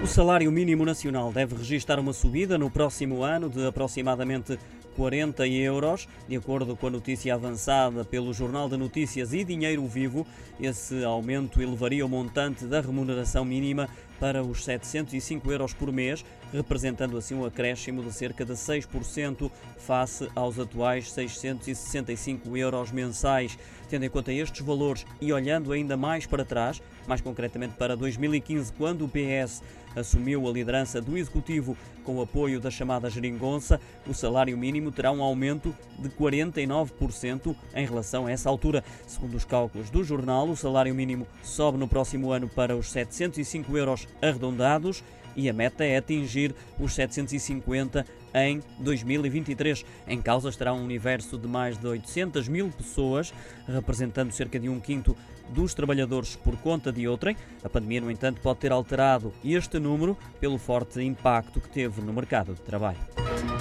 O salário mínimo nacional deve registrar uma subida no próximo ano de aproximadamente 40 euros, de acordo com a notícia avançada pelo Jornal de Notícias e Dinheiro Vivo. Esse aumento elevaria o montante da remuneração mínima para os 705 euros por mês, representando assim um acréscimo de cerca de 6% face aos atuais 665 euros mensais. Tendo em conta estes valores e olhando ainda mais para trás, mais concretamente para 2015, quando o PS assumiu a liderança do Executivo com o apoio da chamada geringonça, o salário mínimo terá um aumento de 49% em relação a essa altura. Segundo os cálculos do jornal, o salário mínimo sobe no próximo ano para os 705 euros arredondados e a meta é atingir os 750 em 2023. Em causa estará um universo de mais de 800 mil pessoas, representando cerca de um quinto dos trabalhadores por conta de outrem. A pandemia, no entanto, pode ter alterado este número pelo forte impacto que teve no mercado de trabalho.